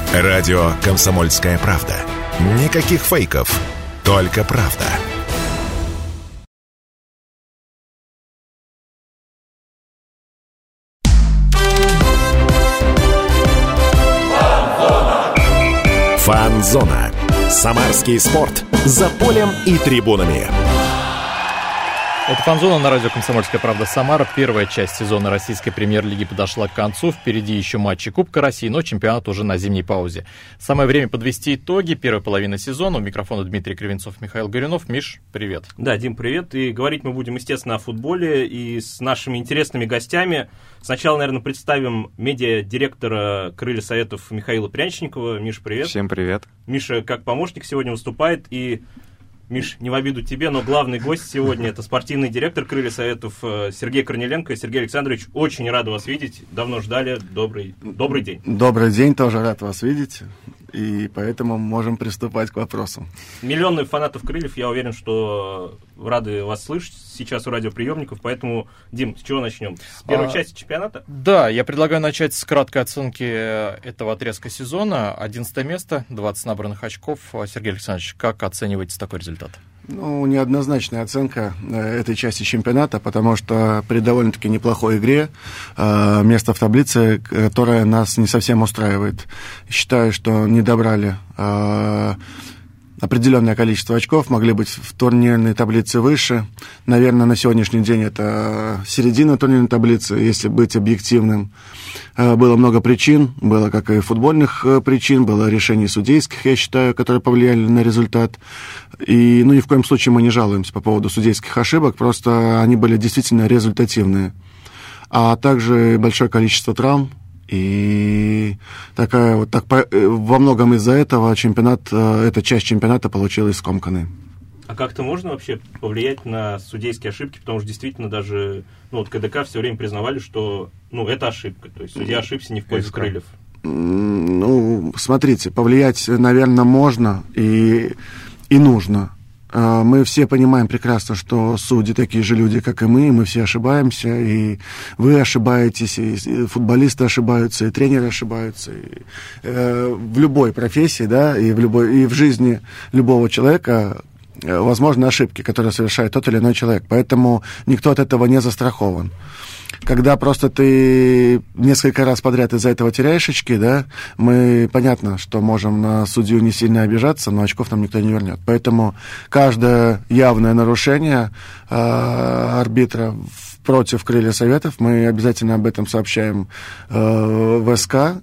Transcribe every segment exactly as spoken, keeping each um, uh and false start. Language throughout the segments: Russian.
Радио «Комсомольская правда». Никаких фейков, только правда. Фан-зона. Самарский спорт. За полем и трибунами. Это «Фан-зона» на радио «Комсомольская правда» Самара. Первая часть сезона российской премьер-лиги подошла к концу. Впереди еще матчи Кубка России, но чемпионат уже на зимней паузе. Самое время подвести итоги первой половины сезона. У микрофона Дмитрий Кривенцов, Михаил Горюнов. Миш, привет. Да, Дим, привет. И говорить мы будем, естественно, о футболе и с нашими интересными гостями. Сначала, наверное, представим медиа-директора «Крылья Советов» Михаила Пряничникова. Миш, привет. Всем привет. Миша как помощник сегодня выступает. И, Миш, не в обиду тебе, но главный гость сегодня — это спортивный директор «Крылья Советов» Сергей Корниленко. Сергей Александрович, очень рады вас видеть. Давно ждали. Добрый, добрый день. Добрый день, тоже рад вас видеть. И поэтому можем приступать к вопросам. Миллионы фанатов «Крыльев», я уверен, что рады вас слышать сейчас у радиоприемников. Поэтому, Дим, с чего начнем? С первой а, части чемпионата? Да, я предлагаю начать с краткой оценки этого отрезка сезона. одиннадцатое место, двадцать набранных очков. Сергей Александрович, как оцениваете такой результат? Ну, неоднозначная оценка этой части чемпионата, потому что при довольно-таки неплохой игре э, место в таблице, которое нас не совсем устраивает. Считаю, что не добрали э, определенное количество очков, могли быть в турнирной таблице выше. Наверное, на сегодняшний день это середина турнирной таблицы, если быть объективным. Было много причин, было как и футбольных причин, было решений судейских, я считаю, которые повлияли на результат. И, ну, ни в коем случае мы не жалуемся по поводу судейских ошибок, просто они были действительно результативные. А также большое количество травм. И такая вот так во многом из-за этого чемпионат, эта часть чемпионата получилась скомканной. А как-то можно вообще повлиять на судейские ошибки? Потому что действительно даже ну, вот КДК все время признавали, что ну, это ошибка. То есть судья ошибся не в пользу Крыльев. Ну, смотрите, повлиять, наверное, можно и, и нужно. Мы все понимаем прекрасно, что судьи такие же люди, как и мы, и мы все ошибаемся, и вы ошибаетесь, и футболисты ошибаются, и тренеры ошибаются. И, э, в любой профессии, да, и в, любой, и в жизни любого человека возможны ошибки, которые совершает тот или иной человек. Поэтому никто от этого не застрахован. Когда просто ты несколько раз подряд из-за этого теряешь очки, да, мы, понятно, что можем на судью не сильно обижаться, но очков нам никто не вернет. Поэтому каждое явное нарушение э, арбитра против «Крылья Советов» мы обязательно об этом сообщаем э, в СК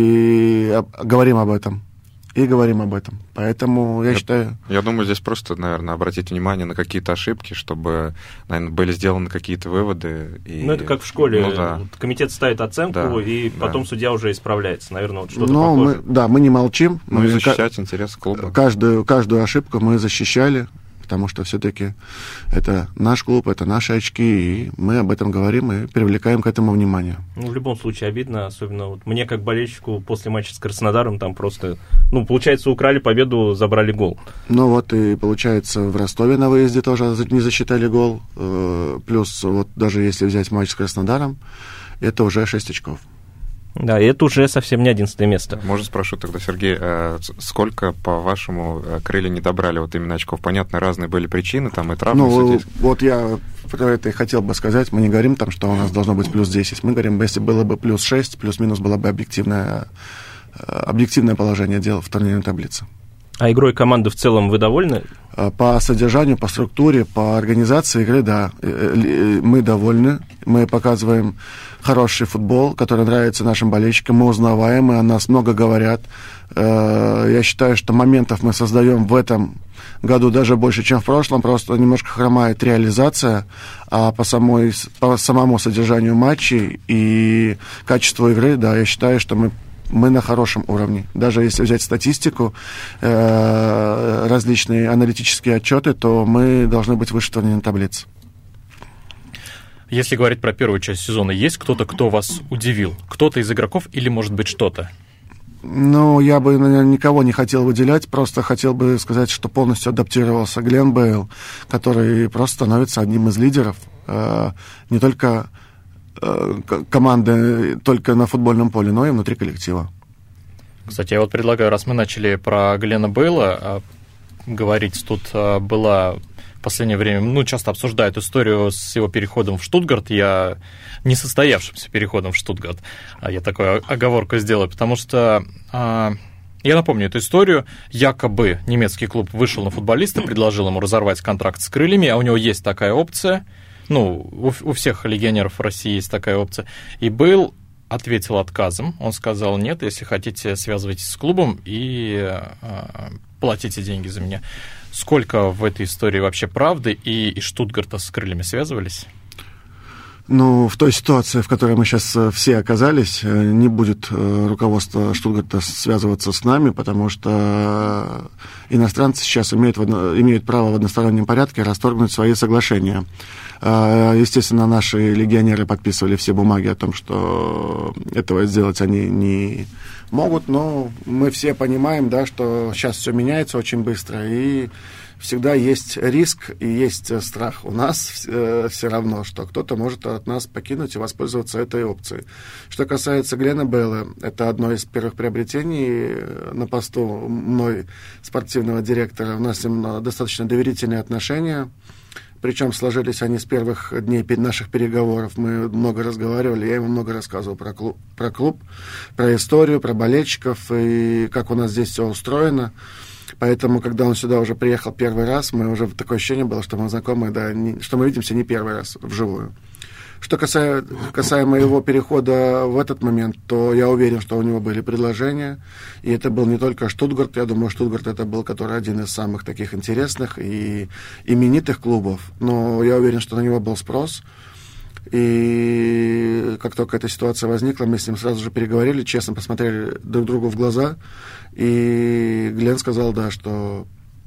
и об, говорим об этом. И говорим об этом. Поэтому я, я считаю... Я думаю, здесь просто, наверное, обратить внимание на какие-то ошибки, чтобы, наверное, были сделаны какие-то выводы. И... Ну, это как в школе. Ну, да. Комитет ставит оценку, да, и потом да. судья уже исправляется. Наверное, вот что-то ну, похожее. Мы, да, мы не молчим. Ну, мы и защищать к... интерес клуба. Каждую, каждую ошибку мы защищали, потому что все-таки это наш клуб, это наши очки, и мы об этом говорим и привлекаем к этому внимание. Ну, в любом случае обидно, особенно вот мне, как болельщику, после матча с Краснодаром, там просто, ну, получается, украли победу, забрали гол. Ну, вот и, получается, в Ростове на выезде тоже не засчитали гол, плюс вот даже если взять матч с Краснодаром, это уже шесть очков. Да, и это уже совсем не одиннадцатое место. Можно спрошу тогда, Сергей, сколько, по-вашему, «Крылья» не добрали вот именно очков? Понятно, разные были причины, там и травмы. Ну, вот я про это и хотел бы сказать. Мы не говорим там, что у нас должно быть плюс десять. Мы говорим, если было бы плюс шесть, плюс-минус было бы объективное, объективное положение дел в турнирной таблице. А игрой команды в целом вы довольны? По содержанию, по структуре, по организации игры, да, мы довольны. Мы показываем хороший футбол, который нравится нашим болельщикам. Мы узнаваемы, о нас много говорят. Я считаю, что моментов мы создаем в этом году даже больше, чем в прошлом. Просто немножко хромает реализация, а по, самой, по самому содержанию матчей и качеству игры, да, я считаю, что мы Мы на хорошем уровне. Даже если взять статистику, э, различные аналитические отчеты, то мы должны быть выше турнирной таблицы. Если говорить про первую часть сезона, есть кто-то, кто вас удивил? Кто-то из игроков или, может быть, что-то? Ну, я бы, наверное, никого не хотел выделять, просто хотел бы сказать, что полностью адаптировался Глен Бейл, который просто становится одним из лидеров, э, не только команды только на футбольном поле, но и внутри коллектива. Кстати, я вот предлагаю, раз мы начали про Глена Бейла говорить, тут была в последнее время, ну, часто обсуждают историю с его переходом в Штутгарт, я не состоявшимся переходом в Штутгарт, я такую оговорку сделаю, потому что... Я напомню эту историю. Якобы немецкий клуб вышел на футболиста, предложил ему разорвать контракт с крыльями, а у него есть такая опция. Ну, у, у всех легионеров в России есть такая опция. И Бейл ответил отказом. Он сказал: нет, если хотите, связывайтесь с клубом и э, платите деньги за меня. Сколько в этой истории вообще правды, и из Штутгарта с крыльями связывались? Ну, в той ситуации, в которой мы сейчас все оказались, не будет руководство Штутгарта связываться с нами, потому что иностранцы сейчас имеют, имеют право в одностороннем порядке расторгнуть свои соглашения. Естественно, наши легионеры подписывали все бумаги о том, что этого сделать они не могут, но мы все понимаем, да, что сейчас все меняется очень быстро, и всегда есть риск и есть страх у нас э, все равно, что кто-то может от нас покинуть и воспользоваться этой опцией. Что касается Глена Бейла, это одно из первых приобретений на посту мной спортивного директора. У нас с ним достаточно доверительные отношения, причем сложились они с первых дней наших переговоров. Мы много разговаривали, я ему много рассказывал про клуб, про клуб, про историю, про болельщиков и как у нас здесь все устроено. Поэтому, когда он сюда уже приехал первый раз, мы уже такое ощущение было, что мы знакомы, да, не, что мы видимся не первый раз вживую. Что касается, касаемо его перехода в этот момент, то я уверен, что у него были предложения, и это был не только Штутгарт, я думаю, Штутгарт это был, который один из самых таких интересных и именитых клубов, но я уверен, что на него был спрос. И как только эта ситуация возникла, мы с ним сразу же переговорили, честно посмотрели друг другу в глаза, и Глен сказал, да, что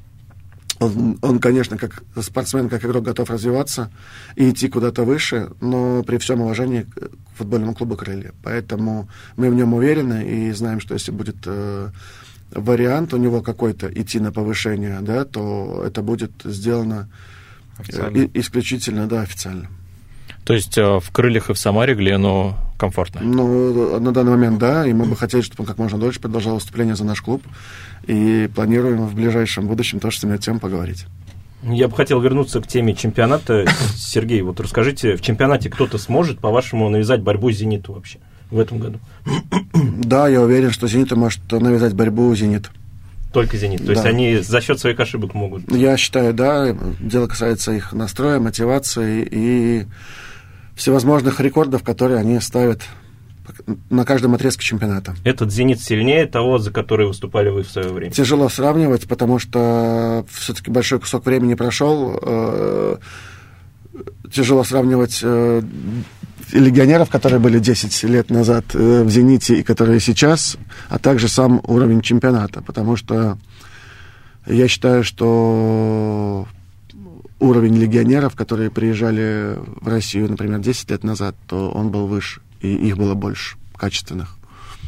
он, он, конечно, как спортсмен, как игрок готов развиваться и идти куда-то выше, но при всем уважении к футбольному клубу «Крылья». Поэтому мы в нем уверены и знаем, что если будет э, вариант у него какой-то идти на повышение, да, то это будет сделано э, исключительно, да, официально. То есть в «Крыльях» и в Самаре Глену комфортно? Ну, на данный момент, да, и мы бы хотели, чтобы он как можно дольше продолжал выступление за наш клуб, и планируем в ближайшем будущем тоже с ним на тему поговорить. Я бы хотел вернуться к теме чемпионата. Сергей, вот расскажите, в чемпионате кто-то сможет, по-вашему, навязать борьбу «Зениту» вообще в этом году? Да, я уверен, что «Зениту» может навязать борьбу «Зенит». Только «Зенит», то да. есть они за счет своих ошибок могут? Я считаю, да, дело касается их настроя, мотивации и всевозможных рекордов, которые они ставят на каждом отрезке чемпионата. Этот «Зенит» сильнее того, за который выступали вы в свое время? Тяжело сравнивать, потому что все-таки большой кусок времени прошел. Тяжело сравнивать легионеров, которые были десять лет назад в «Зените» и которые сейчас, а также сам уровень чемпионата, потому что я считаю, что уровень легионеров, которые приезжали в Россию, например, десять лет назад, то он был выше, и их было больше, качественных.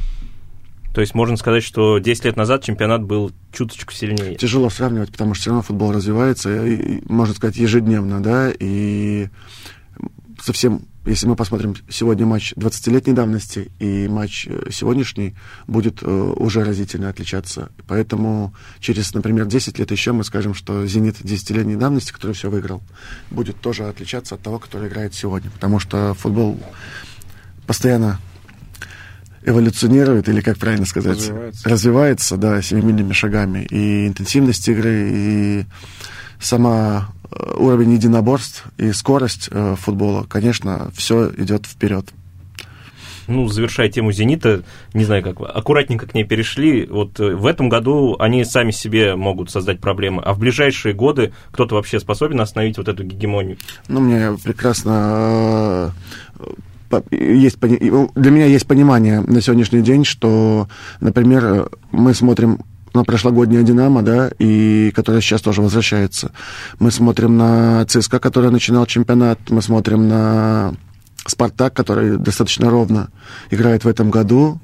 То есть можно сказать, что десять лет назад чемпионат был чуточку сильнее? Тяжело сравнивать, потому что все равно футбол развивается, и, можно сказать, ежедневно, да, и совсем, если мы посмотрим сегодня матч двадцатилетней давности и матч сегодняшний, будет уже разительно отличаться. Поэтому через, например, десять лет еще мы скажем, что «Зенит» десятилетней давности, который все выиграл, будет тоже отличаться от того, который играет сегодня. Потому что футбол постоянно эволюционирует, или как правильно сказать, развивается, развивается да, семимильными шагами. И интенсивность игры, и сама уровень единоборств и скорость э, футбола, конечно, все идет вперед. Ну, завершая тему «Зенита», не знаю, как вы, аккуратненько к ней перешли. Вот в этом году они сами себе могут создать проблемы, а в ближайшие годы кто-то вообще способен остановить вот эту гегемонию? Ну, мне прекрасно... Э, есть, для меня есть понимание на сегодняшний день, что, например, мы смотрим на прошлогоднее «Динамо», да, и которое сейчас тоже возвращается. Мы смотрим на ЦСКА, который начинал чемпионат, мы смотрим на «Спартак», который достаточно ровно играет в этом году,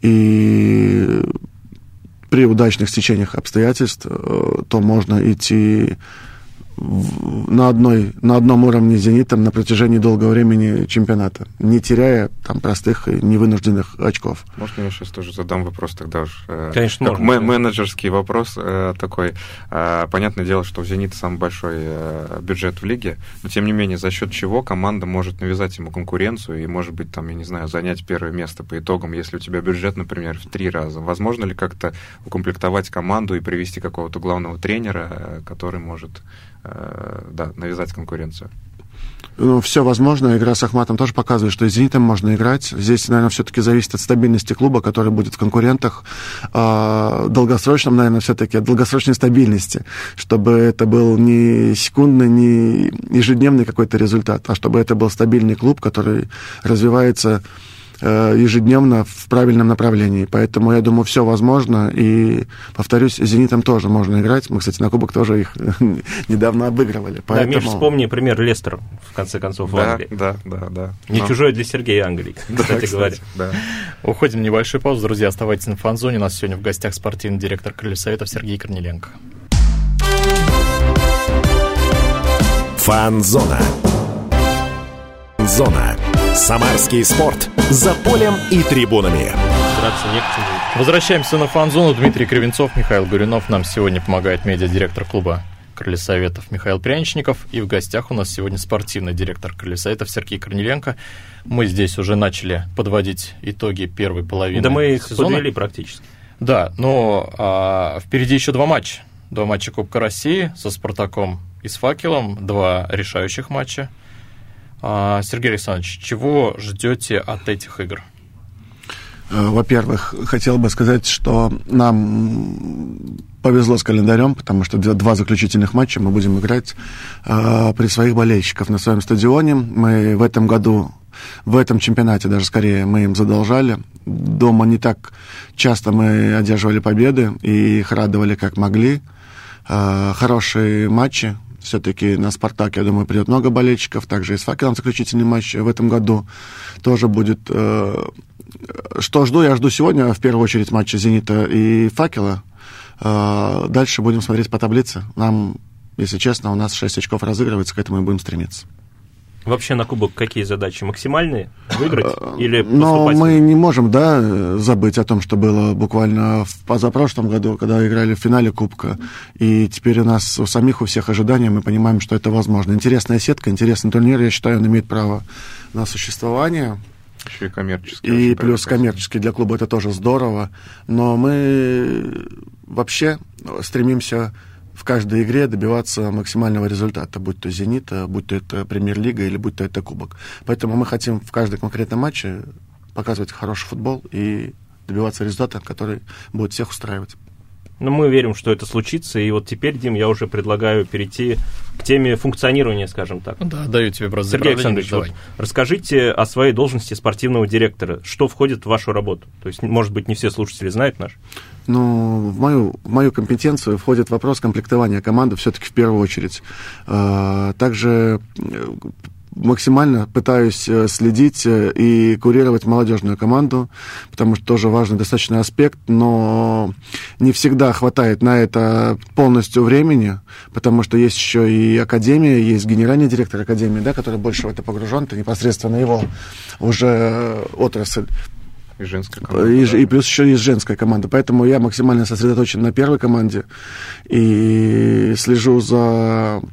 и при удачных стечениях обстоятельств то можно идти на, одной, на одном уровне с «Зенитом» на протяжении долгого времени чемпионата, не теряя там простых и невынужденных очков. Можно я сейчас тоже задам вопрос тогда уж? Конечно, как можно. Менеджерский вопрос такой. Понятное дело, что у «Зенита» самый большой бюджет в лиге, но тем не менее, за счет чего команда может навязать ему конкуренцию и, может быть, там, я не знаю, занять первое место по итогам, если у тебя бюджет, например, в три раза. Возможно ли как-то укомплектовать команду и привести какого-то главного тренера, который может да, навязать конкуренцию? Ну, все возможно. Игра с Ахматом тоже показывает, что и с «Зенитом» можно играть. Здесь, наверное, все-таки зависит от стабильности клуба, который будет в конкурентах. А, долгосрочном, наверное, все-таки от долгосрочной стабильности, чтобы это был не секундный, не ежедневный какой-то результат, а чтобы это был стабильный клуб, который развивается ежедневно в правильном направлении. Поэтому, я думаю, все возможно. И, повторюсь, с «Зенитом» тоже можно играть. Мы, кстати, на кубок тоже их недавно обыгрывали. Поэтому... Да, Миш, вспомни пример Лестер, в конце концов, в да, Англии. Да, да, да. Не Но... чужой для Сергея Англии, кстати, да, кстати говоря. Да. Уходим в небольшую паузу. Друзья, оставайтесь на Фан-зоне. У нас сегодня в гостях спортивный директор «Крыльев Советов» Сергей Корниленко. Фан-зона. Зона. Самарский спорт. За полем и трибунами. Возвращаемся на Фан-зону. Дмитрий Кривенцов, Михаил Гуринов. Нам сегодня помогает медиадиректор клуба «Крылья Советов» Михаил Пряничников. И в гостях у нас сегодня спортивный директор «Крылья Советов» Сергей Корниленко. Мы здесь уже начали подводить итоги первой половины сезона. Да мы их сезона. подвели практически. Да, но а, впереди еще два матча. Два матча Кубка России со «Спартаком» и с «Факелом». Два решающих матча. Сергей Александрович, чего ждете от этих игр? Во-первых, хотел бы сказать, что нам повезло с календарем, потому что два заключительных матча мы будем играть э, при своих болельщиках на своем стадионе. Мы в этом году, в этом чемпионате даже скорее, мы им задолжали. Дома не так часто мы одерживали победы и их радовали как могли. Э, хорошие матчи. Все-таки на «Спартак», я думаю, придет много болельщиков. Также и с «Факелом» заключительный матч в этом году тоже будет. Что жду? Я жду сегодня, в первую очередь, матча «Зенита» и «Факела». Дальше будем смотреть по таблице. Нам, если честно, у нас шесть очков разыгрывается, к этому и будем стремиться. Вообще на кубок какие задачи? Максимальные? Выиграть или Но мы не можем, да, забыть о том, что было буквально в позапрошлом году, когда играли в финале кубка. И теперь у нас у самих, у всех ожидания, мы понимаем, что это возможно. Интересная сетка, интересный турнир, я считаю, он имеет право на существование. Еще и коммерческий. И плюс коммерческий для клуба это тоже здорово. Но мы вообще стремимся в каждой игре добиваться максимального результата, будь то «Зенит», будь то это Премьер-лига или будь то это Кубок. Поэтому мы хотим в каждом конкретном матче показывать хороший футбол и добиваться результата, который будет всех устраивать. Но мы верим, что это случится, и вот теперь, Дим, я уже предлагаю перейти к теме функционирования, скажем так. Да, даю тебе просто Сергей Александрович, вот, расскажите о своей должности спортивного директора. Что входит в вашу работу? То есть, может быть, не все слушатели знают наш. Ну, в мою, в мою компетенцию входит вопрос комплектования команды все-таки в первую очередь. Также максимально пытаюсь следить и курировать молодежную команду, потому что тоже важный достаточно аспект, но не всегда хватает на это полностью времени, потому что есть еще и академия, есть генеральный директор академии, да, который больше в это погружен, это непосредственно его уже отрасль. И женская команда. И, да. и плюс еще есть женская команда. Поэтому я максимально сосредоточен на первой команде и слежу за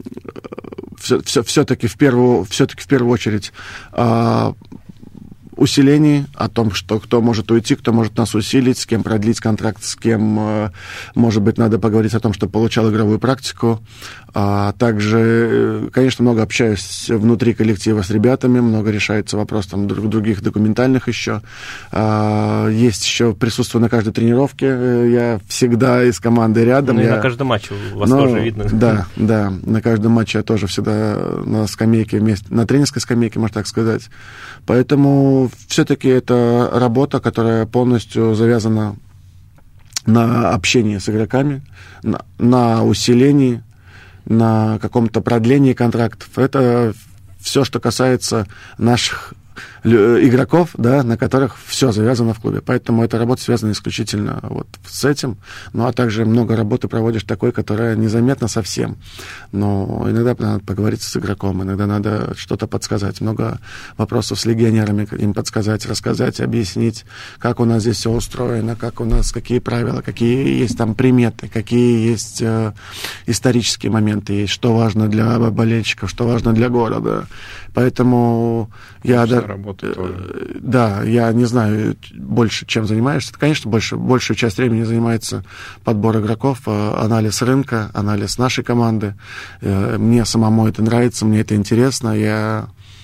все, все, все-таки, в первую, все-таки в первую очередь а, усилении, о том, что кто может уйти, кто может нас усилить, с кем продлить контракт, с кем, может быть, надо поговорить о том, чтобы получал игровую практику. А также, конечно, много общаюсь внутри коллектива с ребятами, много решается вопрос там других документальных еще. А, есть еще присутствие на каждой тренировке. Я всегда из команды рядом. Ну, и я... на каждом матче у вас ну, тоже видно. Да, да. На каждом матче я тоже всегда на скамейке, вместе, на тренерской скамейке, можно так сказать. Поэтому все-таки это работа, которая полностью завязана на общении с игроками, на, на усилении, на каком-то продлении контрактов. Это все, что касается наших игроков, да, на которых все завязано в клубе. Поэтому эта работа связана исключительно вот с этим. Ну, а также много работы проводишь такой, которая незаметна совсем. Но иногда надо поговорить с игроком, иногда надо что-то подсказать. Много вопросов с легионерами, им подсказать, рассказать, объяснить, как у нас здесь все устроено, как у нас, какие правила, какие есть там приметы, какие есть э, исторические моменты, есть, что важно для болельщиков, что важно для города. Поэтому я... Да, э, да, я не знаю больше, чем занимаешься. Конечно, больше, большую часть времени занимается подбор игроков, э, анализ рынка, анализ нашей команды. Э, мне самому это нравится, мне это интересно. Я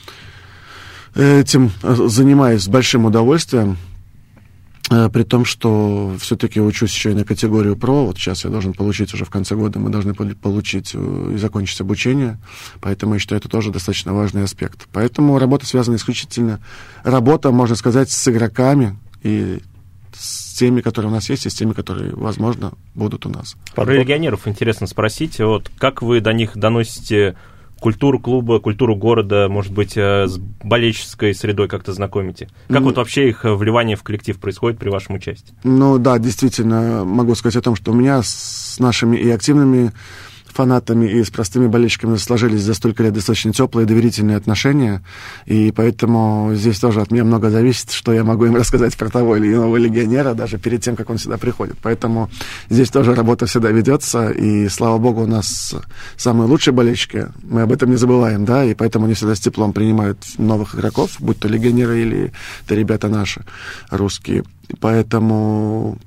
этим занимаюсь с большим удовольствием. При том, что все-таки учусь еще и на категорию ПРО. Вот сейчас я должен получить уже в конце года, мы должны получить и закончить обучение. Поэтому я считаю, это тоже достаточно важный аспект. Поэтому работа связана исключительно... Работа, можно сказать, с игроками и с теми, которые у нас есть, и с теми, которые, возможно, будут у нас. Про легионеров интересно спросить. Вот как вы до них доносите культуру клуба, культуру города, может быть, с болельческой средой как-то знакомите? Как mm. вот вообще их вливание в коллектив происходит при вашем участии? Ну да, действительно, могу сказать о том, что у меня с нашими и активными фанатами и с простыми болельщиками сложились за столько лет достаточно теплые доверительные отношения, и поэтому здесь тоже от меня много зависит, что я могу им рассказать про того или иного легионера, даже перед тем, как он сюда приходит. Поэтому здесь тоже работа всегда ведется, и, слава богу, у нас самые лучшие болельщики, мы об этом не забываем, да, и поэтому они всегда с теплом принимают новых игроков, будь то легионеры или то ребята наши, русские. Поэтому...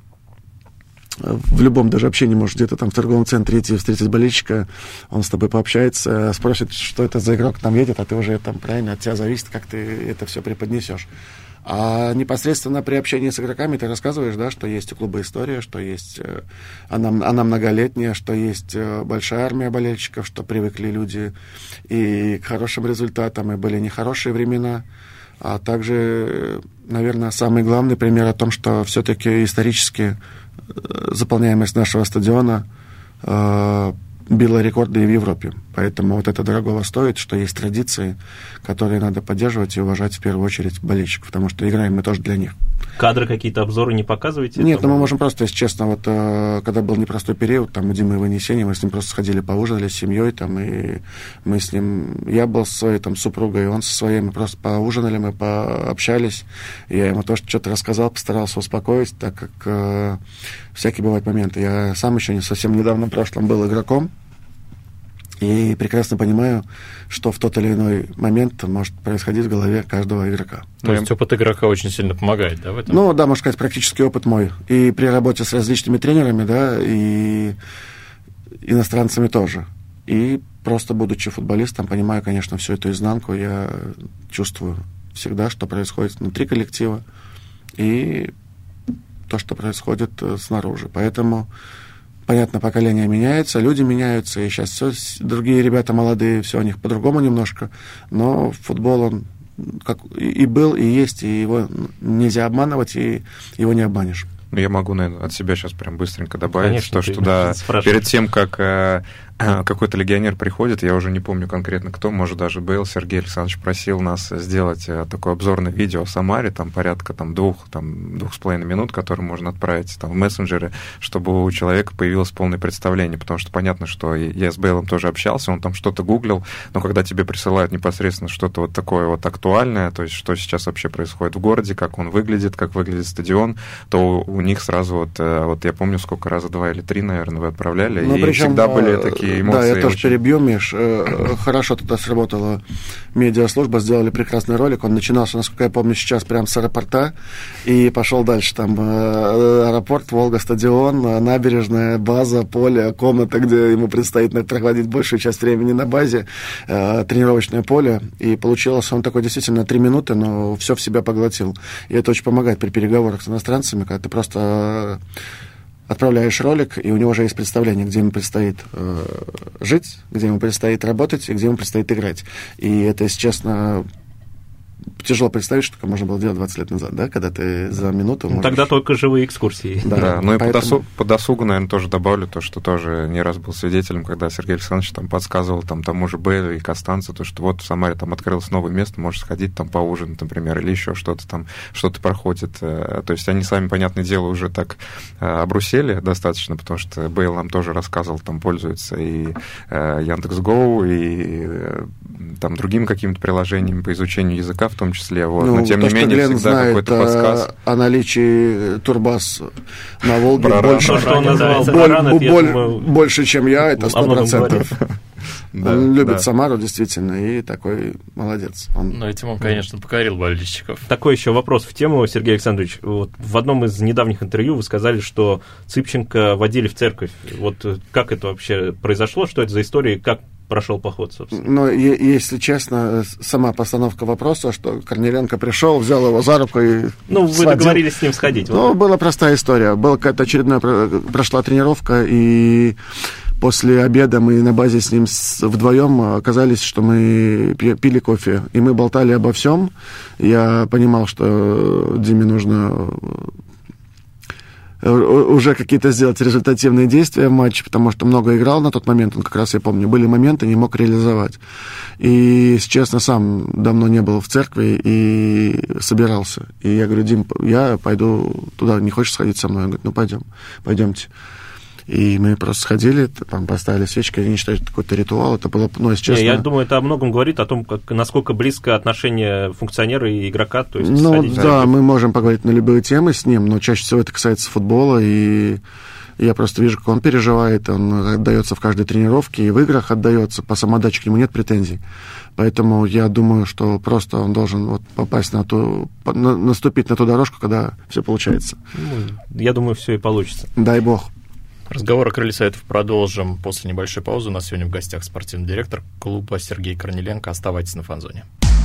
В любом даже общении, может, где-то там в торговом центре идти, встретить болельщика, он с тобой пообщается, спросит, что это за игрок там едет, а ты уже там, правильно, от тебя зависит, как ты это все преподнесешь. А непосредственно при общении с игроками ты рассказываешь, да, что есть у клуба история, что есть она, она многолетняя, что есть большая армия болельщиков, что привыкли люди и к хорошим результатам, и были нехорошие времена. А также, наверное, самый главный пример о том, что все-таки исторически заполняемость нашего стадиона э, била рекорды и в Европе. Поэтому вот это дорогого стоит, что есть традиции, которые надо поддерживать и уважать в первую очередь болельщиков, потому что играем мы тоже для них. Кадры какие-то, обзоры не показываете? Нет, ну мы можем просто, если честно, вот э, когда был непростой период, там у Димы Иванесения, мы с ним просто сходили, поужинали с семьей, там, и мы с ним, я был со своей там супругой, он со своей, мы просто поужинали, мы пообщались, я ему тоже что-то рассказал, постарался успокоить, так как э, всякие бывают моменты. Я сам еще не совсем недавно в прошлом был игроком, и прекрасно понимаю, что в тот или иной момент может происходить в голове каждого игрока. То есть опыт игрока очень сильно помогает, да, в этом? Ну, да, можно сказать, практический опыт мой. И при работе с различными тренерами, да, и иностранцами тоже. И просто будучи футболистом, понимаю, конечно, всю эту изнанку. Я чувствую всегда, что происходит внутри коллектива, и то, что происходит снаружи. Поэтому... Понятно, поколение меняется, люди меняются, и сейчас все, другие ребята молодые, все у них по-другому немножко, но футбол, он как и был, и есть, и его нельзя обманывать, и его не обманешь. Я могу, наверное, от себя сейчас прям быстренько добавить, конечно, то, что да, перед тем, как э, какой-то легионер приходит, я уже не помню конкретно кто, может, даже был, Сергей Александрович просил нас сделать э, такое обзорное видео о Самаре, там порядка там, двух, там, двух с половиной минут, которые можно отправить там, в мессенджеры, чтобы у человека появилось полное представление, потому что понятно, что я с Бейлом тоже общался, он там что-то гуглил, но когда тебе присылают непосредственно что-то вот такое вот актуальное, то есть что сейчас вообще происходит в городе, как он выглядит, как выглядит стадион, то у них сразу вот, вот я помню, сколько раза, два или три, наверное, вы отправляли, ну, и причем, всегда были такие эмоции. Да, я тоже очень... перебью, Миш. Хорошо тогда сработала медиаслужба, сделали прекрасный ролик. Он начинался, насколько я помню, сейчас прямо с аэропорта и пошел дальше. Там аэропорт, Волга, стадион, набережная, база, поле, комната, где ему предстоит проводить большую часть времени на базе, тренировочное поле. И получилось он такой действительно три минуты, но все в себя поглотил. И это очень помогает при переговорах с иностранцами, когда ты просто отправляешь ролик, и у него уже есть представление, где ему предстоит э, жить, где ему предстоит работать и где ему предстоит играть. И это, если честно, тяжело представить, что такое можно было делать двадцать лет назад, да, когда ты за минуту можешь... Тогда только живые экскурсии. Да, да, ну и поэтому... по, досугу, по досугу, наверное, тоже добавлю то, что тоже не раз был свидетелем, когда Сергей Александрович там подсказывал там, тому же Бэлю и Костанцу, то, что вот в Самаре там открылось новое место, можешь сходить там поужинать, например, или еще что-то там, что-то проходит. То есть они сами, понятное дело, уже так обрусели достаточно, потому что Бэйл нам тоже рассказывал, там пользуется и Яндекс.Гоу, и там другими какими-то приложениями по изучению языка в том числе. Вот. Ну, но тем то, не менее Глен всегда знает какой-то подсказ. О наличии турбаз на Волге Про больше, что он назвал боль, Баранов, боль, я думаю, больше, чем я, это сто процентов. Да, он любит да. Самару, действительно, и такой молодец. Он... Но этим он, конечно, покорил болельщиков. Такой еще вопрос в тему, Сергей Александрович. Вот в одном из недавних интервью вы сказали, что Цыпченко водили в церковь. Вот как это вообще произошло, что это за история, и как прошел поход, собственно? Но, если честно, сама постановка вопроса, что Корниленко пришел, взял его за руку и Ну, вы сводил. договорились с ним сходить. Ну, вот. была простая история. Была какая-то очередная, прошла тренировка, и после обеда мы на базе с ним вдвоем оказались, что мы пили кофе, и мы болтали обо всем. Я понимал, что Диме нужно уже какие-то сделать результативные действия в матче, потому что много играл на тот момент, он как раз, я помню, были моменты, не мог реализовать. И, если честно, сам давно не был в церкви и собирался. И я говорю: Дим, я пойду туда, не хочешь сходить со мной? Он говорит: ну, пойдем, пойдемте. И мы просто сходили, там поставили свечки, я не считаю, что это какой-то ритуал, это было, ну, если честно... Не, я думаю, это о многом говорит, о том, как, насколько близко отношение функционера и игрока, то есть Ну, сходить да, в мы можем поговорить на любые темы с ним, но чаще всего это касается футбола, и я просто вижу, как он переживает, он отдается в каждой тренировке, и в играх отдается, по самоотдаче к нему нет претензий. Поэтому я думаю, что просто он должен вот попасть на ту, на, наступить на ту дорожку, когда все получается. Ну, я думаю, все и получится. Дай бог. Разговор о Крылья Советов продолжим после небольшой паузы. У нас сегодня в гостях спортивный директор клуба Сергей Корниленко. Оставайтесь на Фан-зоне.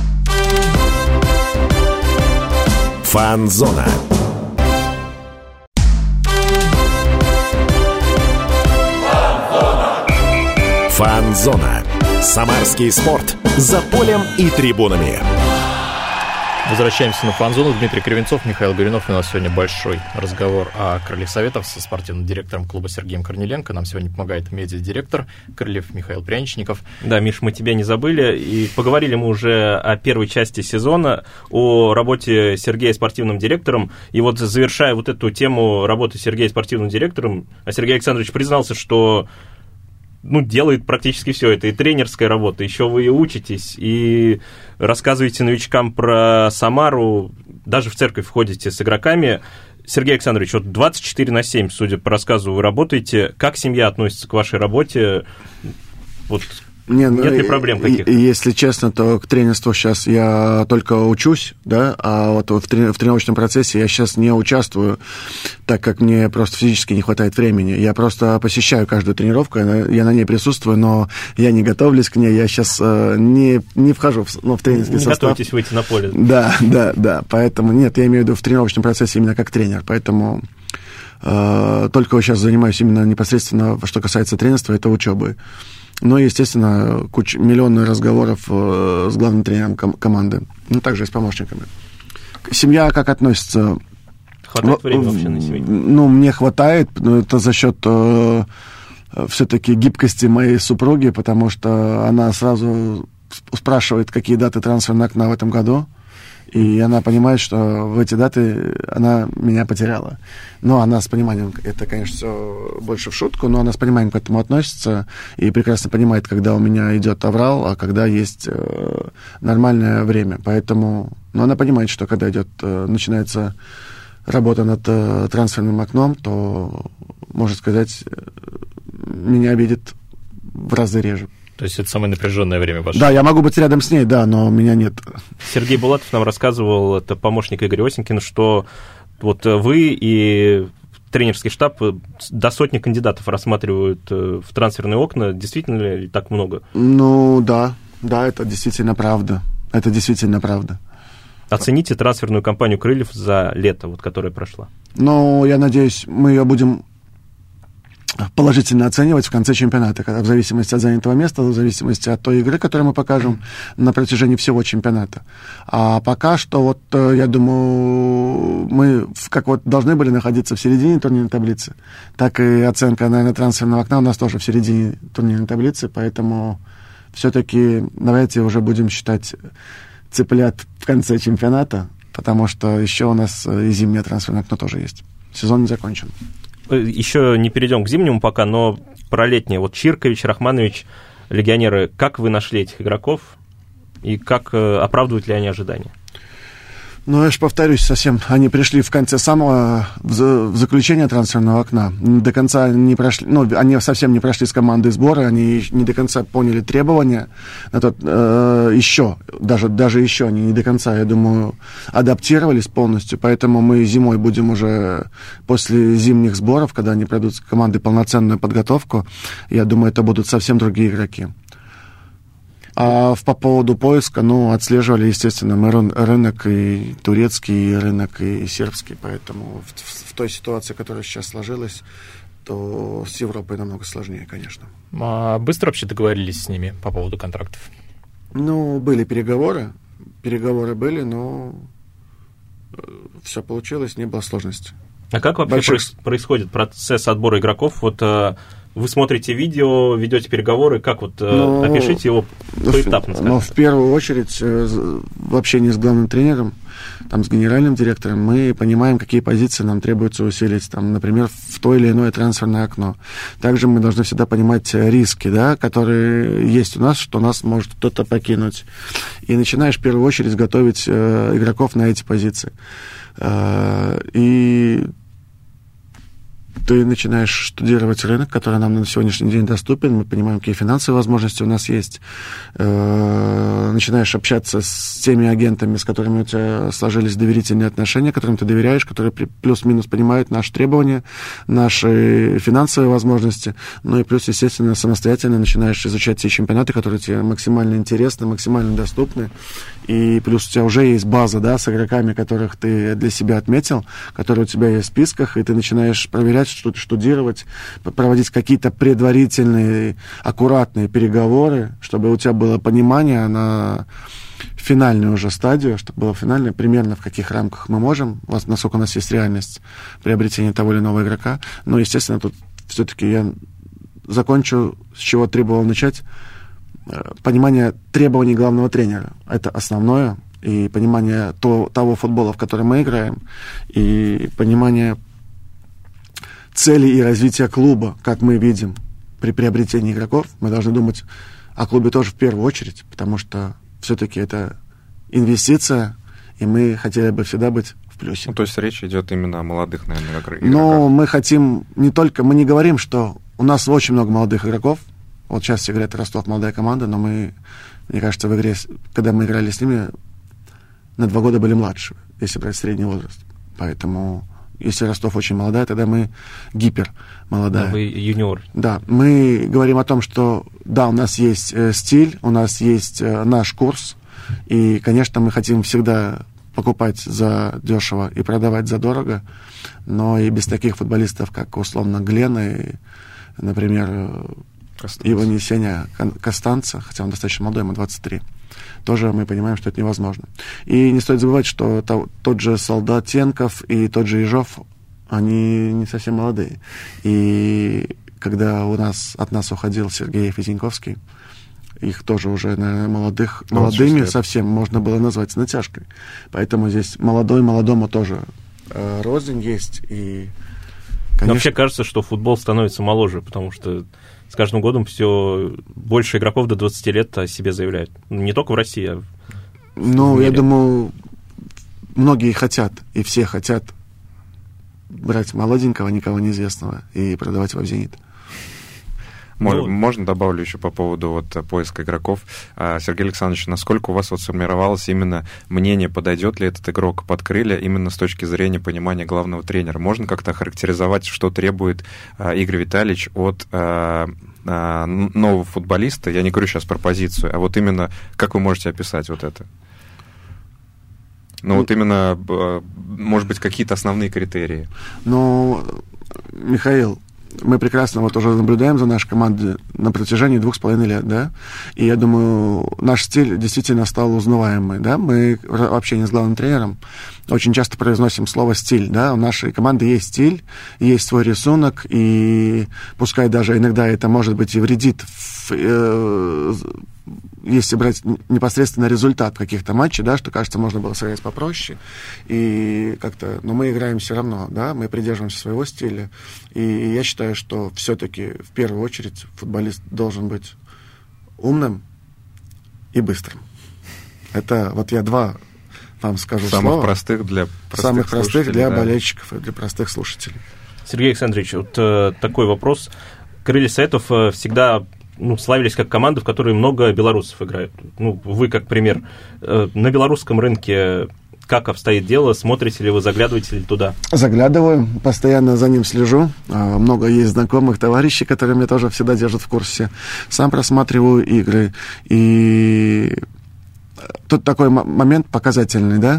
Фан-зона. Фан-зона. Самарский спорт. За полем и трибунами. Возвращаемся на Фан-зону. Дмитрий Кривенцов, Михаил Горюнов. И у нас сегодня большой разговор о Крыльях Советов со спортивным директором клуба Сергеем Корниленко. Нам сегодня помогает медиадиректор Крыльев Михаил Пряничников. Да, Миш, мы тебя не забыли. И поговорили мы уже о первой части сезона, о работе Сергея спортивным директором. И вот завершая вот эту тему работы Сергея спортивным директором, Сергей Александрович признался, что ну, делает практически все. Это и тренерская работа, еще вы и учитесь, и рассказываете новичкам про Самару, даже в церковь входите с игроками. Сергей Александрович, вот двадцать четыре на семь, судя по рассказу, вы работаете. Как семья относится к вашей работе? Вот. Не, ну, нет ли проблем каких-то? Если честно, то к тренерству сейчас я только учусь, да, а вот в, трени- в тренировочном процессе я сейчас не участвую, так как мне просто физически не хватает времени. Я просто посещаю каждую тренировку, я на, я на ней присутствую, но я не готовлюсь к ней, я сейчас э, не, не вхожу в, ну, в тренерский не состав. Не готовитесь выйти на поле. Да, да, да, поэтому нет, я имею в виду в тренировочном процессе именно как тренер, поэтому э, только сейчас занимаюсь именно непосредственно, что касается тренерства, это учебы. Ну, естественно, куча, миллионы разговоров э, с главным тренером ком- команды, ну, также и с помощниками. Семья как относится? Хватает ну, времени вообще на семью? Ну, мне хватает, но это за счет э, все-таки гибкости моей супруги, потому что она сразу спрашивает, какие даты трансферного окна в этом году, и она понимает, что в эти даты она меня потеряла. Но она с пониманием, это, конечно, все больше в шутку, но она с пониманием к этому относится и прекрасно понимает, когда у меня идет аврал, а когда есть э, нормальное время. Поэтому, ну, она понимает, что когда идет, э, начинается работа над э, трансферным окном, то, можно сказать, э, меня видит в разы реже. То есть это самое напряженное время ваше? Да, я могу быть рядом с ней, да, но меня нет. Сергей Булатов нам рассказывал, это помощник Игоря Осенькина, что вот вы и тренерский штаб до сотни кандидатов рассматривают в трансферные окна. Действительно ли так много? Ну, да, да, это действительно правда. Это действительно правда. Оцените трансферную кампанию «Крыльев» за лето, вот, которая прошла. Ну, я надеюсь, мы ее будем положительно оценивать в конце чемпионата, когда в зависимости от занятого места, в зависимости от той игры, которую мы покажем на протяжении всего чемпионата. А пока что, вот, я думаю, мы как вот должны были находиться в середине турнирной таблицы, так и оценка, наверное, трансферного окна у нас тоже в середине турнирной таблицы, поэтому все-таки давайте уже будем считать цыплят в конце чемпионата, потому что еще у нас и зимнее трансферное окно тоже есть. Сезон не закончен. Еще не перейдем к зимнему пока, но про летнее. Вот Чиркович, Рахманович, легионеры, как вы нашли этих игроков и как оправдывают ли они ожидания? Ну, я же повторюсь совсем, они пришли в конце самого, в, в заключение трансферного окна. До конца не прошли, ну, они совсем не прошли с командой сбора, они не до конца поняли требования. На тот, э, еще, даже, даже еще они не до конца, я думаю, адаптировались полностью, поэтому мы зимой будем уже после зимних сборов, когда они пройдут с командой полноценную подготовку, я думаю, это будут совсем другие игроки. А по поводу поиска, ну, отслеживали, естественно, мы рынок и турецкий, и рынок и сербский, поэтому в, в, в той ситуации, которая сейчас сложилась, то с Европой намного сложнее, конечно. А быстро вообще договорились с ними по поводу контрактов? Ну, были переговоры, переговоры были, но все получилось, не было сложностей. А как вообще Больших... происходит процесс отбора игроков? Вот вы смотрите видео, ведете переговоры, как вот, ну, опишите его поэтапно? Ну, в первую очередь, в общении с главным тренером, там, с генеральным директором, мы понимаем, какие позиции нам требуется усилить, там, например, в то или иное трансферное окно. Также мы должны всегда понимать риски, да, которые есть у нас, что нас может кто-то покинуть. И начинаешь в первую очередь готовить э, игроков на эти позиции. Э, и ты начинаешь штудировать рынок, который нам на сегодняшний день доступен, мы понимаем, какие финансовые возможности у нас есть, э, начинаешь общаться с теми агентами, с которыми у тебя сложились доверительные отношения, которым ты доверяешь, которые плюс-минус понимают наши требования, наши финансовые возможности, ну и плюс, естественно, самостоятельно начинаешь изучать те чемпионаты, которые тебе максимально интересны, максимально доступны, и плюс у тебя уже есть база, да, с игроками, которых ты для себя отметил, которые у тебя есть в списках, и ты начинаешь проверять, что-то штудировать, проводить какие-то предварительные, аккуратные переговоры, чтобы у тебя было понимание на финальную уже стадию, чтобы было финальное, примерно в каких рамках мы можем, насколько у нас есть реальность приобретения того или иного игрока. Но, естественно, тут все-таки я закончу, с чего требовал начать. Понимание требований главного тренера. Это основное. И понимание то, того футбола, в который мы играем, и понимание цели и развития клуба, как мы видим при приобретении игроков, мы должны думать о клубе тоже в первую очередь, потому что все-таки это инвестиция, и мы хотели бы всегда быть в плюсе. Ну, то есть речь идет именно о молодых, наверное, игроках. Но мы хотим не только, мы не говорим, что у нас очень много молодых игроков, вот сейчас все говорят, Ростов молодая команда, но мы, мне кажется, в игре, когда мы играли с ними, на два года были младше, если брать средний возраст, поэтому... Если Ростов очень молодая, тогда мы гипер молодая. Да, вы юниор. Да, мы говорим о том, что да, у нас есть э, стиль, у нас есть э, наш курс, и, конечно, мы хотим всегда покупать за дешево и продавать за дорого, но и без таких футболистов, как, условно, Глена и, например, Иван Сеня Костанца, хотя он достаточно молодой, ему двадцать три. Тоже мы понимаем, что это невозможно. И не стоит забывать, что то, тот же Солдатенков и тот же Ежов, они не совсем молодые. И когда у нас, от нас уходил Сергей Физеньковский, их тоже уже, наверное, молодых, молодыми совсем можно было назвать с натяжкой. Поэтому здесь молодой молодому тоже э, рознь есть. И, конечно... Но вообще кажется, что футбол становится моложе, потому что с каждым годом все больше игроков до двадцати лет о себе заявляют. Не только в России, а в Ну, мире. Я думаю, многие хотят, и все хотят брать молоденького, никого неизвестного, и продавать его в «Зенит». Ну, можно добавлю еще по поводу вот поиска игроков. Сергей Александрович, насколько у вас вот сформировалось именно мнение, подойдет ли этот игрок под крылья именно с точки зрения понимания главного тренера? Можно как-то охарактеризовать, что требует Игорь Витальевич от нового футболиста? Я не говорю сейчас про позицию, а вот именно как вы можете описать вот это? Ну, вот именно, может быть, какие-то основные критерии. Ну, Михаил, мы прекрасно вот уже наблюдаем за нашей командой на протяжении двух с половиной лет, да, и я думаю, наш стиль действительно стал узнаваемый, да, мы в общении с главным тренером очень часто произносим слово «стиль», да, у нашей команды есть стиль, есть свой рисунок, и пускай даже иногда это, может быть, и вредит, в, э, если брать непосредственно результат каких-то матчей, да, что, кажется, можно было сыграть попроще, и как-то, но мы играем все равно, да, мы придерживаемся своего стиля, и я считаю, что все-таки в первую очередь футболист должен быть умным и быстрым. Это вот я два вам скажу самых слова. Простых для простых самых простых для да. болельщиков и для простых слушателей. Сергей Александрович, вот э, такой вопрос. Крылья Советов э, всегда ну, славились как команда, в которой много белорусов играют. Ну, вы как пример. Э, на белорусском рынке как обстоит дело? Смотрите ли вы, заглядываете ли туда? Заглядываю, постоянно за ним слежу. Много есть знакомых, товарищей, которые меня тоже всегда держат в курсе. Сам просматриваю игры. И тут такой момент показательный, да,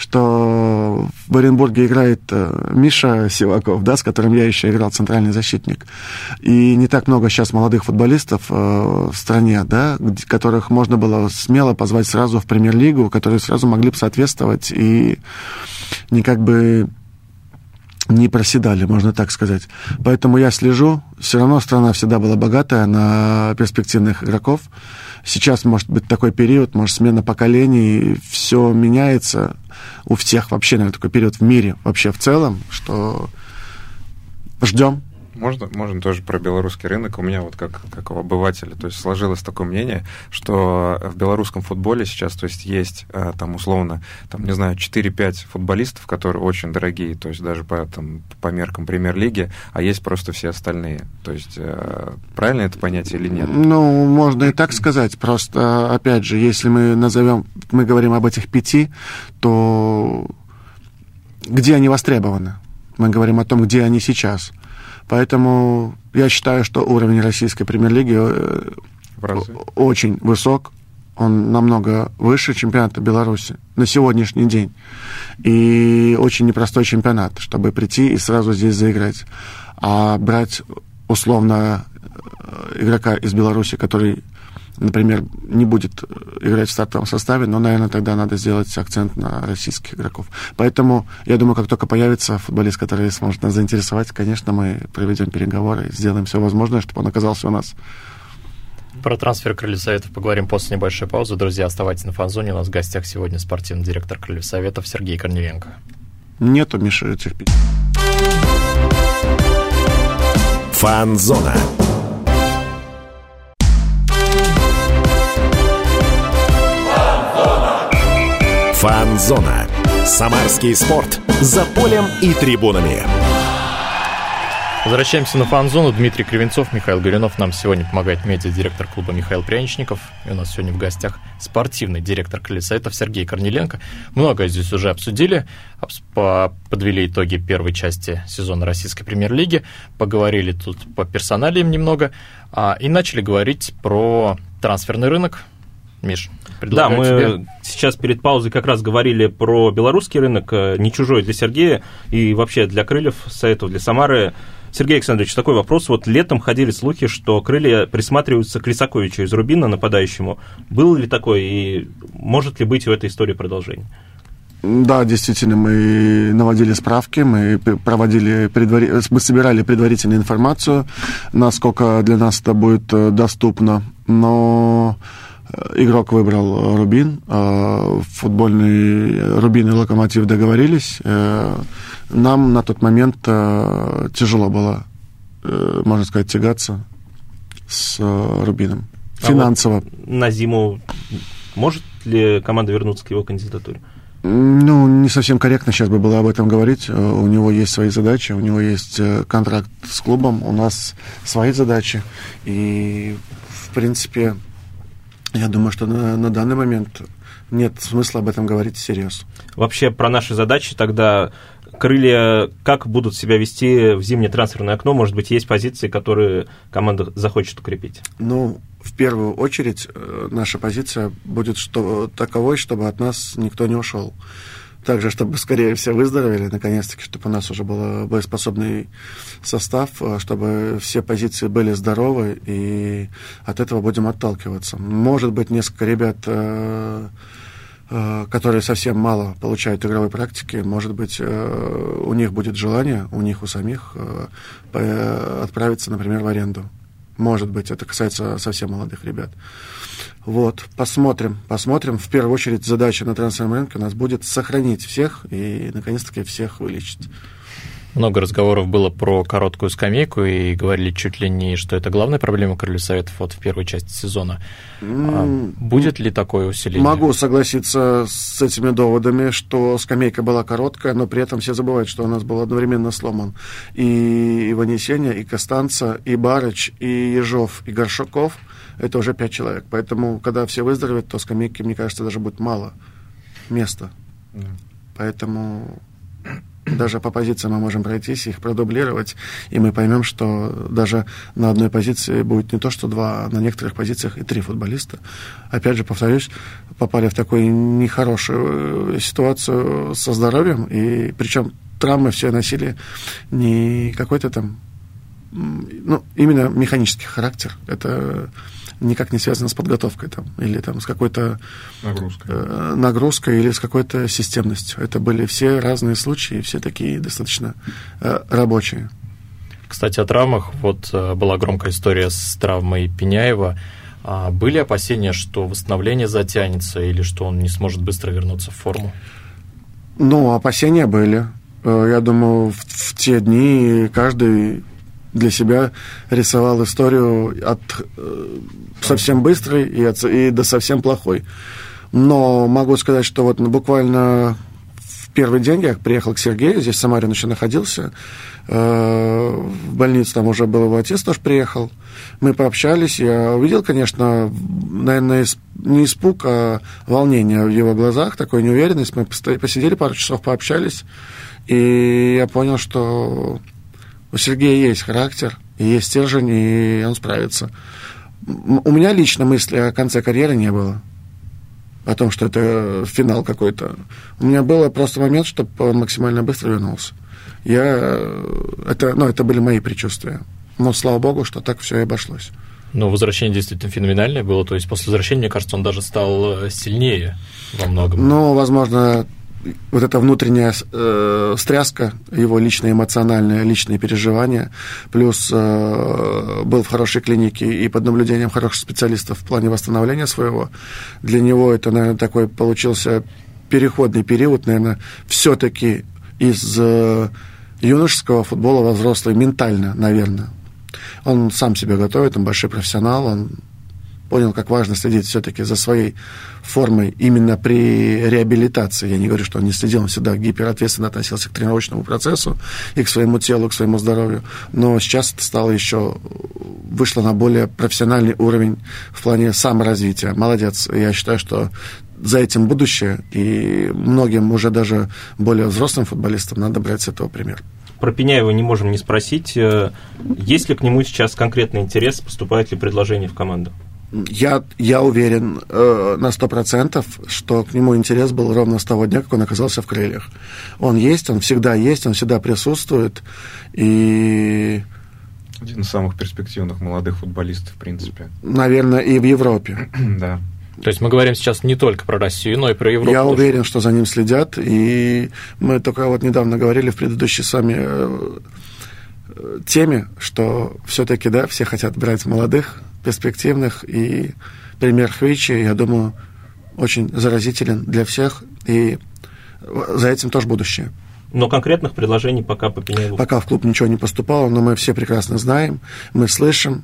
что в Оренбурге играет Миша Сиваков, да, с которым я еще играл, центральный защитник. И не так много сейчас молодых футболистов в стране, да, которых можно было смело позвать сразу в премьер-лигу, которые сразу могли бы соответствовать и не как бы не проседали, можно так сказать. Поэтому я слежу. Все равно страна всегда была богатая на перспективных игроков. Сейчас может быть такой период, может смена поколений, все меняется у всех вообще, наверное, такой период в мире вообще в целом, что ждем. Можно, можно тоже про белорусский рынок. У меня вот как, как у обывателя, то есть сложилось такое мнение, что в белорусском футболе сейчас, то есть есть там условно, там, не знаю, четыре-пять футболистов, которые очень дорогие, то есть даже по, там, по меркам премьер-лиги, а есть просто все остальные. То есть правильно это понятие или нет? Ну, можно и так сказать. Просто, опять же, если мы назовем, мы говорим об этих пяти, то где они востребованы? Мы говорим о том, где они сейчас. Поэтому я считаю, что уровень российской премьер-лиги очень высок. Он намного выше чемпионата Беларуси на сегодняшний день. И очень непростой чемпионат, чтобы прийти и сразу здесь заиграть. А брать условно игрока из Беларуси, который, например, не будет играть в стартовом составе, но, наверное, тогда надо сделать акцент на российских игроков. Поэтому, я думаю, как только появится футболист, который сможет нас заинтересовать, конечно, мы проведем переговоры, сделаем все возможное, чтобы он оказался у нас. Про трансфер Крыльев Советов поговорим после небольшой паузы. Друзья, оставайтесь на Фан-зоне. У нас в гостях сегодня спортивный директор Крыльев Советов Сергей Корниленко. Нету, Миша, этих пяти. Фан-зона. Фан-зона. Самарский спорт. За полем и трибунами. Возвращаемся на Фан-зону. Дмитрий Кривенцов, Михаил Горюнов. Нам сегодня помогает медиа-директор клуба Михаил Пряничников. И у нас сегодня в гостях спортивный директор Крыльев Советов Сергей Корниленко. Многое здесь уже обсудили. Подвели итоги первой части сезона российской премьер-лиги. Поговорили тут по персоналиям немного. И начали говорить про трансферный рынок. Миш, да, мы тебе. Сейчас перед паузой как раз говорили про белорусский рынок, не чужой для Сергея и вообще для Крыльев Советов, для Самары. Сергей Александрович, такой вопрос. Вот летом ходили слухи, что Крылья присматриваются к Лисаковичу из Рубина, нападающему. Было ли такое и может ли быть в этой истории продолжение? Да, действительно, мы наводили справки, мы проводили предвари... мы собирали предварительную информацию, насколько для нас это будет доступно, но игрок выбрал Рубин, футбольный Рубин и Локомотив договорились. Нам на тот момент тяжело было, можно сказать, тягаться с Рубином. Финансово. А вот на зиму может ли команда вернуться к его кандидатуре? Ну, не совсем корректно сейчас бы было об этом говорить. У него есть свои задачи, у него есть контракт с клубом, у нас свои задачи. И, в принципе, я думаю, что на, на данный момент нет смысла об этом говорить всерьез. Вообще про наши задачи тогда Крылья как будут себя вести в зимнее трансферное окно? Может быть, есть позиции, которые команда захочет укрепить? Ну, в первую очередь, наша позиция будет что, таковой, чтобы от нас никто не ушел. также, чтобы скорее все выздоровели, наконец-таки, чтобы у нас уже был боеспособный состав, чтобы все позиции были здоровы, и от этого будем отталкиваться. Может быть, несколько ребят, которые совсем мало получают игровой практики, может быть, у них будет желание, у них у самих отправиться, например, в аренду. Может быть, это касается совсем молодых ребят. Вот, посмотрим, посмотрим. В первую очередь задача на трансферном рынке у нас будет сохранить всех и, наконец-таки, всех вылечить. Много разговоров было про короткую скамейку, и говорили чуть ли не, что это главная проблема Крыльев Советов вот в первой части сезона. Mm. Будет ли такое усиление? Могу согласиться с этими доводами, что скамейка была короткая, но при этом все забывают, что у нас был одновременно сломан и Иванесеня, и Костанца, и Барыч, и Ежов, и Горшаков. Это уже пять человек. Поэтому, когда все выздоровеют, то скамейки, мне кажется, даже будет мало места. Mm. Поэтому... Даже по позициям мы можем пройтись, их продублировать, и мы поймем, что даже на одной позиции будет не то, что два, а на некоторых позициях и три футболиста. Опять же, повторюсь, попали в такую нехорошую ситуацию со здоровьем, и причем травмы все носили не какой-то там, ну, именно механический характер. Это никак не связано с подготовкой там, или там, с какой-то нагрузкой. Э, нагрузкой или с какой-то системностью. Это были все разные случаи, все такие достаточно э, рабочие. Кстати, о травмах. Вот э, была громкая история с травмой Пеняева. А были опасения, что восстановление затянется или что он не сможет быстро вернуться в форму? Ну, опасения были. Я думаю, в, в те дни каждый для себя рисовал историю от э, совсем быстрой и, от, и до совсем плохой. Но могу сказать, что вот буквально в первый день я приехал к Сергею, здесь в Самаре он еще находился, э, в больницу там уже был его отец, тоже приехал. Мы пообщались, я увидел, конечно, наверное, не испуг, а волнение в его глазах, такую неуверенность. Мы посидели пару часов, пообщались, и я понял, что у Сергея есть характер, и есть стержень, и он справится. У меня лично мысли о конце карьеры не было, о том, что это финал какой-то. У меня был просто момент, чтобы он максимально быстро вернулся. Я... Это, ну, это были мои предчувствия. Но, слава богу, что так все и обошлось. Но возвращение действительно феноменальное было. То есть после возвращения, мне кажется, он даже стал сильнее во многом. Ну, возможно... Вот эта внутренняя э, встряска, его личные эмоциональные, личные переживания, плюс э, был в хорошей клинике и под наблюдением хороших специалистов в плане восстановления своего, для него это, наверное, такой получился переходный период, наверное, все-таки из э, юношеского футбола во взрослый ментально, наверное. Он сам себя готовит, он большой профессионал, он понял, как важно следить все-таки за своей формой именно при реабилитации. Я не говорю, что он не следил, он всегда гиперответственно относился к тренировочному процессу и к своему телу, к своему здоровью. Но сейчас это стало еще, вышло на более профессиональный уровень в плане саморазвития. Молодец. Я считаю, что за этим будущее, и многим уже даже более взрослым футболистам надо брать с этого пример. Про Пеняева не можем не спросить. Есть ли к нему сейчас конкретный интерес, поступает ли предложение в команду? Я, я уверен э, на сто процентов, что к нему интерес был ровно с того дня, как он оказался в «Крыльях». Он есть, он всегда есть, он всегда присутствует. И... Один из самых перспективных молодых футболистов, в принципе. Наверное, и в Европе. Да. То есть мы говорим сейчас не только про Россию, но и про Европу. Я тоже. уверен, что за ним следят. И мы только вот недавно говорили в предыдущей с вами э, теме, что все-таки, да, все хотят брать молодых, перспективных, и пример Хвичи, я думаю, очень заразителен для всех, и за этим тоже будущее. Но конкретных предложений пока по Пеняеву? Пока в клуб ничего не поступало, но мы все прекрасно знаем, мы слышим,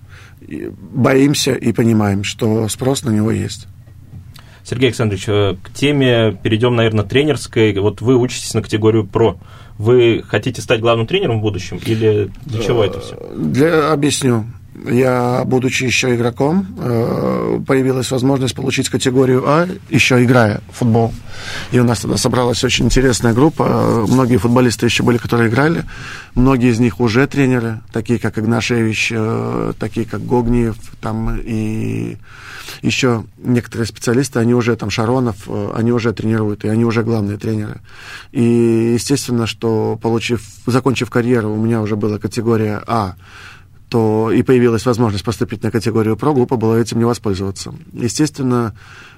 боимся и понимаем, что спрос на него есть. Сергей Александрович, к теме перейдем, наверное, тренерской. Вот вы учитесь на категорию «Про». Вы хотите стать главным тренером в будущем или для чего это все? Для, объясню. я, будучи еще игроком, появилась возможность получить категорию А, еще играя в футбол. И у нас тогда собралась очень интересная группа. Многие футболисты еще были, которые играли. Многие из них уже тренеры, такие как Игнашевич, такие как Гогниев, там и еще некоторые специалисты, они уже, там, Шаронов, они уже тренируют, и они уже главные тренеры. И, естественно, что, получив, закончив карьеру, у меня уже была категория А, то и появилась возможность поступить на категорию Про, глупо было этим не воспользоваться. Естественно,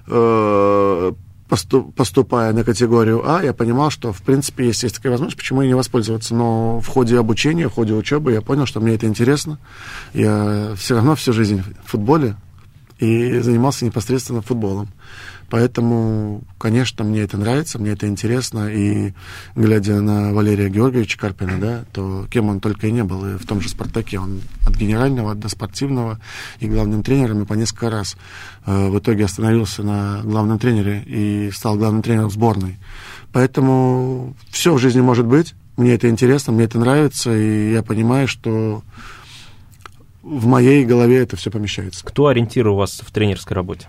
поступая на категорию А, я понимал, что, в принципе, если есть такая возможность, почему и не воспользоваться. Но в ходе обучения, в ходе учебы я понял, что мне это интересно. Я все равно всю жизнь в футболе и занимался непосредственно футболом. Поэтому, конечно, мне это нравится, мне это интересно, и глядя на Валерия Георгиевича Карпина, да, то кем он только и не был, и в том же «Спартаке» он от генерального до спортивного и главным тренером, и по несколько раз э, в итоге остановился на главном тренере и стал главным тренером сборной. Поэтому все в жизни может быть, мне это интересно, мне это нравится, и я понимаю, что в моей голове это все помещается. Кто ориентир у вас в тренерской работе?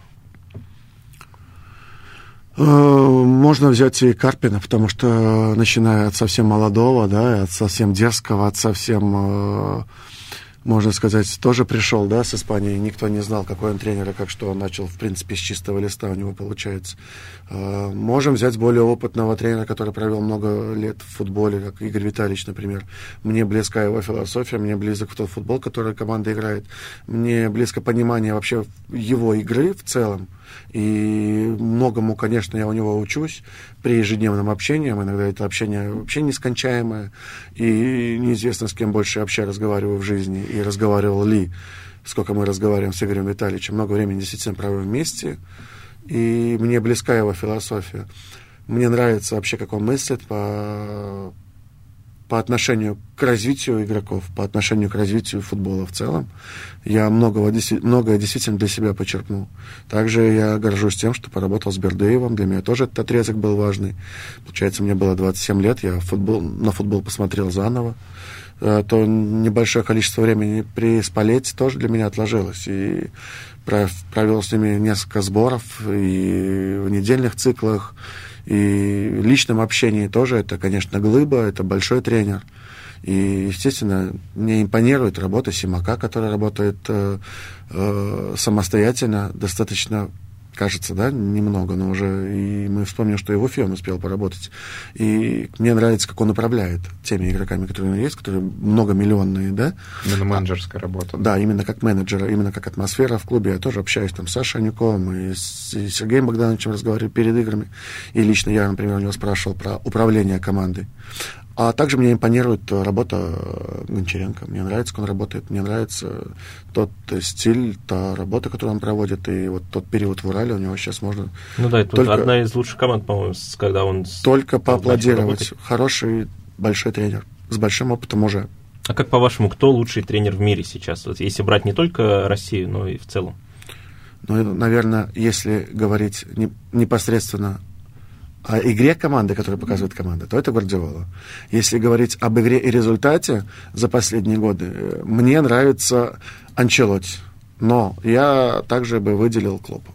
Можно взять и Карпина, потому что, начиная от совсем молодого, да, от совсем дерзкого, от совсем, можно сказать, тоже пришел, да, с Испании, никто не знал, какой он тренер, и как что он начал, в принципе, с чистого листа у него получается. Можем взять более опытного тренера, который провел много лет в футболе, как Игорь Витальевич, например. Мне близка его философия, мне близок тот футбол, который команда играет, мне близко понимание вообще его игры в целом. И многому, конечно, я у него учусь при ежедневном общении. Иногда это общение вообще нескончаемое. И неизвестно, с кем больше вообще разговариваю в жизни. И разговаривал ли, сколько мы разговариваем с Игорем Витальевичем. Много времени действительно проводим вместе. И мне близка его философия. Мне нравится вообще, как он мыслит по... по отношению к развитию игроков, по отношению к развитию футбола в целом. Я многого, многое действительно для себя почерпнул. Также я горжусь тем, что поработал с Бердыевым. Для меня тоже этот отрезок был важный. Получается, мне было двадцать семь лет, я футбол, на футбол посмотрел заново. То небольшое количество времени при Спалетте тоже для меня отложилось. И провел с ними несколько сборов, и в недельных циклах, и в личном общении тоже. Это, конечно, глыба, это большой тренер. И, естественно, мне импонирует работа Симака, который работает э, э, самостоятельно, достаточно, кажется, да, немного, но уже и мы вспомним, что и в Уфе он успел поработать. И мне нравится, как он управляет теми игроками, которые у него есть, которые многомиллионные, да. Именно менеджерская работа. Да, именно как менеджера, именно как атмосфера в клубе. Я тоже общаюсь там с Сашей Анюковым и с и Сергеем Богдановичем разговариваю перед играми. И лично я, например, у него спрашивал про управление командой. А также мне импонирует работа Гончаренко. Мне нравится, как он работает. Мне нравится тот стиль, та работа, которую он проводит. И вот тот период в Урале у него сейчас можно... Ну да, это только, одна из лучших команд, по-моему, когда он... Только поаплодировать. Хороший, большой тренер. С большим опытом уже. А как, по-вашему, кто лучший тренер в мире сейчас? Вот если брать не только Россию, но и в целом. Ну, наверное, если говорить непосредственно о игре команды, которую показывает команда, то это Гвардиола. Если говорить об игре и результате за последние годы, мне нравится Анчелотти, но я также бы выделил Клопа.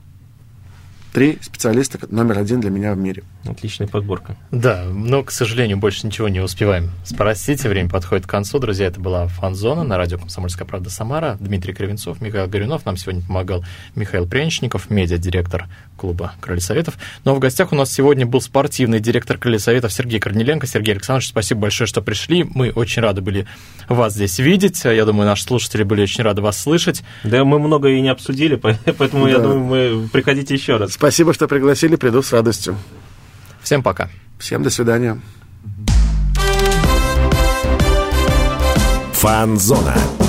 Три специалиста номер один для меня в мире. Отличная подборка. Да, но, к сожалению, больше ничего не успеваем спросить. Время подходит к концу. Друзья, это была «Фан-зона» на радио «Комсомольская правда» Самара. Дмитрий Кривенцов, Михаил Горюнов. Нам сегодня помогал Михаил Пряничников, медиадиректор клуба «Крылья Советов». Но в гостях у нас сегодня был спортивный директор «Крылья Советов» Сергей Корниленко. Сергей Александрович, спасибо большое, что пришли. Мы очень рады были вас здесь видеть. Я думаю, наши слушатели были очень рады вас слышать. Да, мы много и не обсудили, поэтому, да. Я думаю, мы приходите еще раз. Спасибо, что пригласили, приду с радостью. Всем пока. Всем до свидания. Фан-зона.